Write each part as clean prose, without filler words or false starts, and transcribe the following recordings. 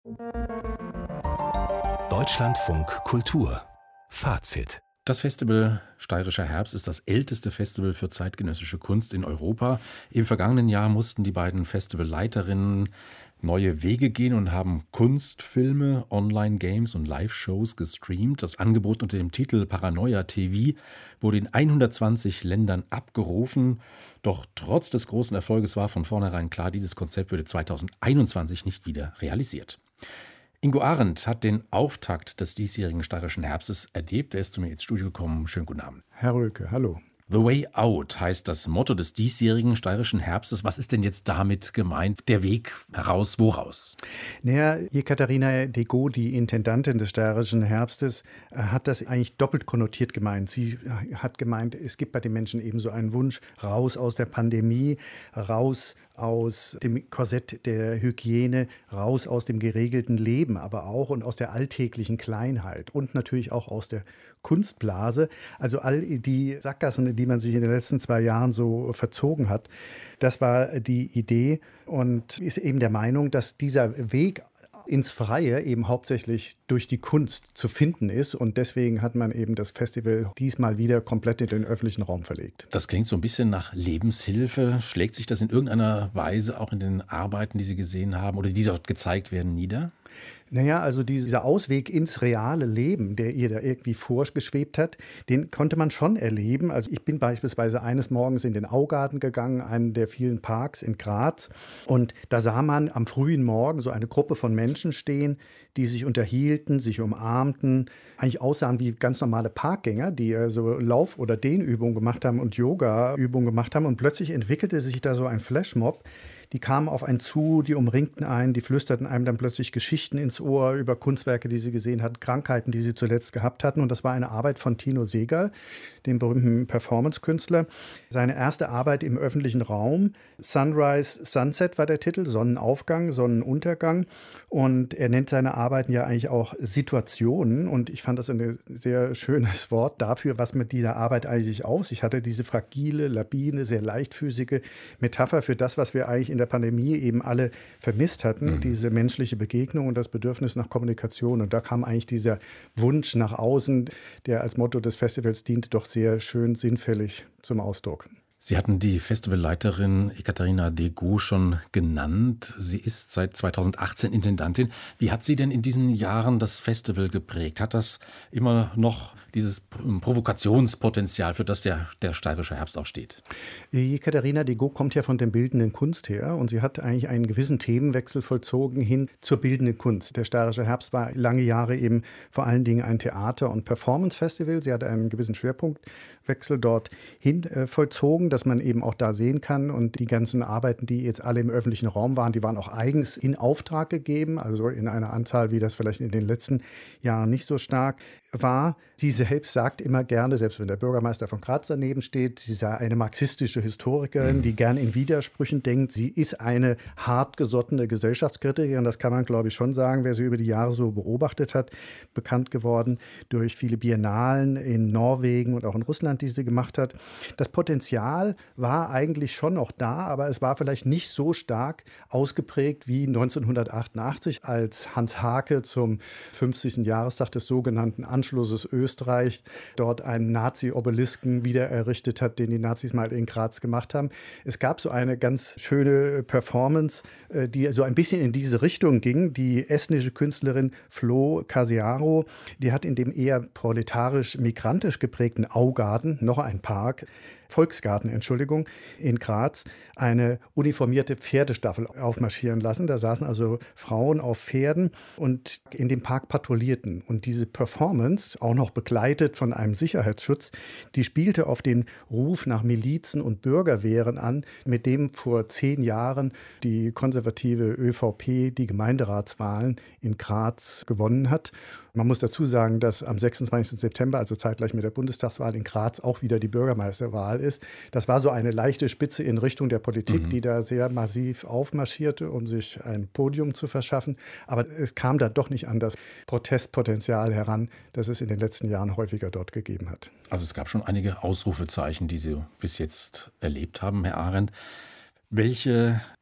Deutschlandfunk Kultur Fazit. Das Festival Steirischer Herbst ist das älteste Festival für zeitgenössische Kunst in Europa. Im vergangenen Jahr mussten die beiden Festivalleiterinnen neue Wege gehen und haben Kunstfilme, Online-Games und Live-Shows gestreamt. Das Angebot unter dem Titel Paranoia TV wurde in 120 Ländern abgerufen. Doch trotz des großen Erfolges war von vornherein klar, dieses Konzept würde 2021 nicht wieder realisiert. Ingo Arendt hat den Auftakt des diesjährigen Steirischen Herbstes erlebt. Er ist zu mir ins Studio gekommen. Schönen guten Abend. Herr Rölke, hallo. The Way Out heißt das Motto des diesjährigen Steirischen Herbstes. Was ist denn jetzt damit gemeint? Der Weg heraus, woraus? Naja, Ekaterina Degot, die Intendantin des Steirischen Herbstes, hat das eigentlich doppelt konnotiert gemeint. Sie hat gemeint, es gibt bei den Menschen eben so einen Wunsch, raus aus der Pandemie, raus aus dem Korsett der Hygiene, raus aus dem geregelten Leben, aber auch und aus der alltäglichen Kleinheit und natürlich auch aus der Kunstblase. Also all die Sackgassen, die man sich in den letzten 2 Jahren so verzogen hat, das war die Idee und ist eben der Meinung, dass dieser Weg ins Freie eben hauptsächlich durch die Kunst zu finden ist. Und deswegen hat man eben das Festival diesmal wieder komplett in den öffentlichen Raum verlegt. Das klingt so ein bisschen nach Lebenshilfe. Schlägt sich das in irgendeiner Weise auch in den Arbeiten, die Sie gesehen haben oder die dort gezeigt werden, nieder? Naja, also dieser Ausweg ins reale Leben, der ihr da irgendwie vorgeschwebt hat, den konnte man schon erleben. Also ich bin beispielsweise eines Morgens in den Augarten gegangen, einen der vielen Parks in Graz. Und da sah man am frühen Morgen so eine Gruppe von Menschen stehen, die sich unterhielten, sich umarmten, eigentlich aussahen wie ganz normale Parkgänger, die so Lauf- oder Dehnübungen gemacht haben und Yoga-Übungen gemacht haben. Und plötzlich entwickelte sich da so ein Flashmob. Die kamen auf einen zu, die umringten einen, die flüsterten einem dann plötzlich Geschichten ins Ohr über Kunstwerke, die sie gesehen hatten, Krankheiten, die sie zuletzt gehabt hatten. Und das war eine Arbeit von Tino Sehgal, dem berühmten Performance-Künstler. Seine erste Arbeit im öffentlichen Raum. Sunrise, Sunset war der Titel, Sonnenaufgang, Sonnenuntergang. Und er nennt seine Arbeiten ja eigentlich auch Situationen. Und ich fand das ein sehr schönes Wort dafür, was mit dieser Arbeit eigentlich auf sich hatte. Diese fragile, labile, sehr leichtfüßige Metapher für das, was wir eigentlich in der Pandemie eben alle vermisst hatten, diese menschliche Begegnung und das Bedürfnis nach Kommunikation. Und da kam eigentlich dieser Wunsch nach außen, der als Motto des Festivals dient, doch sehr schön sinnfällig zum Ausdruck. Sie hatten die Festivalleiterin Ekaterina Degot schon genannt. Sie ist seit 2018 Intendantin. Wie hat sie denn in diesen Jahren das Festival geprägt? Hat das immer noch dieses Provokationspotenzial, für das der Steirische Herbst auch steht? Ekaterina Degot kommt ja von der bildenden Kunst her und sie hat eigentlich einen gewissen Themenwechsel vollzogen hin zur bildenden Kunst. Der Steirische Herbst war lange Jahre eben vor allen Dingen ein Theater- und Performance-Festival. Sie hat einen gewissen Schwerpunktwechsel dorthin vollzogen, dass man eben auch da sehen kann. Und die ganzen Arbeiten, die jetzt alle im öffentlichen Raum waren, die waren auch eigens in Auftrag gegeben, also in einer Anzahl, wie das vielleicht in den letzten Jahren nicht so stark war. Sie selbst sagt immer gerne, selbst wenn der Bürgermeister von Graz daneben steht, sie sei eine marxistische Historikerin, die gern in Widersprüchen denkt. Sie ist eine hartgesottene Gesellschaftskritikerin, das kann man, glaube ich, schon sagen, wer sie über die Jahre so beobachtet hat. Bekannt geworden durch viele Biennalen in Norwegen und auch in Russland, die sie gemacht hat. Das Potenzial war eigentlich schon noch da, aber es war vielleicht nicht so stark ausgeprägt wie 1988, als Hans Haake zum 50. Jahrestag des sogenannten Anschlusses Österreichs dort einen Nazi-Obelisken wieder errichtet hat, den die Nazis mal in Graz gemacht haben. Es gab so eine ganz schöne Performance, die so ein bisschen in diese Richtung ging. Die estnische Künstlerin Flo Casiaro, die hat in dem eher proletarisch-migrantisch geprägten Augarten, noch ein Park, Volksgarten, Entschuldigung, in Graz eine uniformierte Pferdestaffel aufmarschieren lassen. Da saßen also Frauen auf Pferden und in dem Park patrouillierten. Und diese Performance, auch noch begleitet von einem Sicherheitsschutz, die spielte auf den Ruf nach Milizen und Bürgerwehren an, mit dem vor 10 Jahren die konservative ÖVP die Gemeinderatswahlen in Graz gewonnen hat. Man muss dazu sagen, dass am 26. September, also zeitgleich mit der Bundestagswahl in Graz, auch wieder die Bürgermeisterwahl ist. Das war so eine leichte Spitze in Richtung der Politik, die da sehr massiv aufmarschierte, um sich ein Podium zu verschaffen. Aber es kam da doch nicht an das Protestpotenzial heran, das es in den letzten Jahren häufiger dort gegeben hat. Also es gab schon einige Ausrufezeichen, die Sie bis jetzt erlebt haben, Herr Arendt. Welche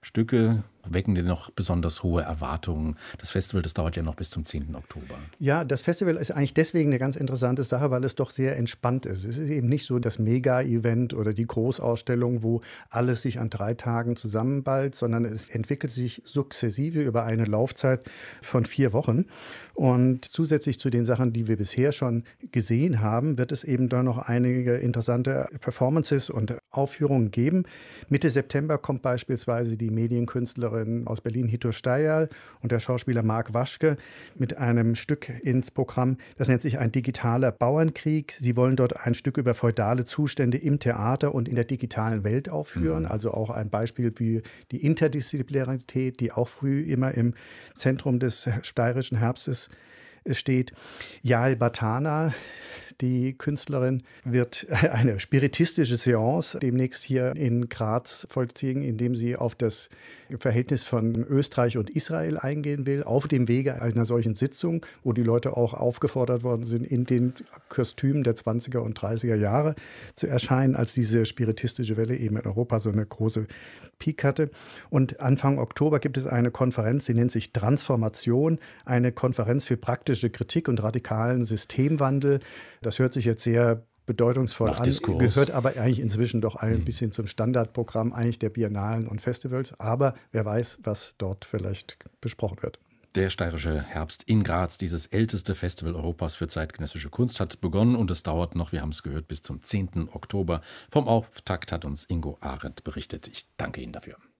Stücke wecken dir noch besonders hohe Erwartungen. Das Festival, das dauert ja noch bis zum 10. Oktober. Ja, das Festival ist eigentlich deswegen eine ganz interessante Sache, weil es doch sehr entspannt ist. Es ist eben nicht so das Mega-Event oder die Großausstellung, wo alles sich an 3 Tagen zusammenballt, sondern es entwickelt sich sukzessive über eine Laufzeit von 4 Wochen. Und zusätzlich zu den Sachen, die wir bisher schon gesehen haben, wird es eben da noch einige interessante Performances und Aufführungen geben. Mitte September kommt beispielsweise die Medienkünstlerin aus Berlin, Hitur Steyerl, und der Schauspieler Marc Waschke mit einem Stück ins Programm. Das nennt sich ein digitaler Bauernkrieg. Sie wollen dort ein Stück über feudale Zustände im Theater und in der digitalen Welt aufführen. Also auch ein Beispiel für die Interdisziplinarität, die auch früh immer im Zentrum des steirischen Herbstes steht. Yael Batana, die Künstlerin, wird eine spiritistische Seance demnächst hier in Graz vollziehen, indem sie auf das Verhältnis von Österreich und Israel eingehen will, auf dem Wege einer solchen Sitzung, wo die Leute auch aufgefordert worden sind, in den Kostümen der 20er und 30er Jahre zu erscheinen, als diese spiritistische Welle eben in Europa so eine große Peak hatte. Und Anfang Oktober gibt es eine Konferenz, die nennt sich Transformation, eine Konferenz für praktische Kritik und radikalen Systemwandel. Das hört sich jetzt sehr bedeutungsvoll an, gehört aber eigentlich inzwischen doch ein bisschen zum Standardprogramm eigentlich der Biennalen und Festivals. Aber wer weiß, was dort vielleicht besprochen wird. Der steirische Herbst in Graz, dieses älteste Festival Europas für zeitgenössische Kunst, hat begonnen und es dauert noch, wir haben es gehört, bis zum 10. Oktober. Vom Auftakt hat uns Ingo Arendt berichtet. Ich danke Ihnen dafür.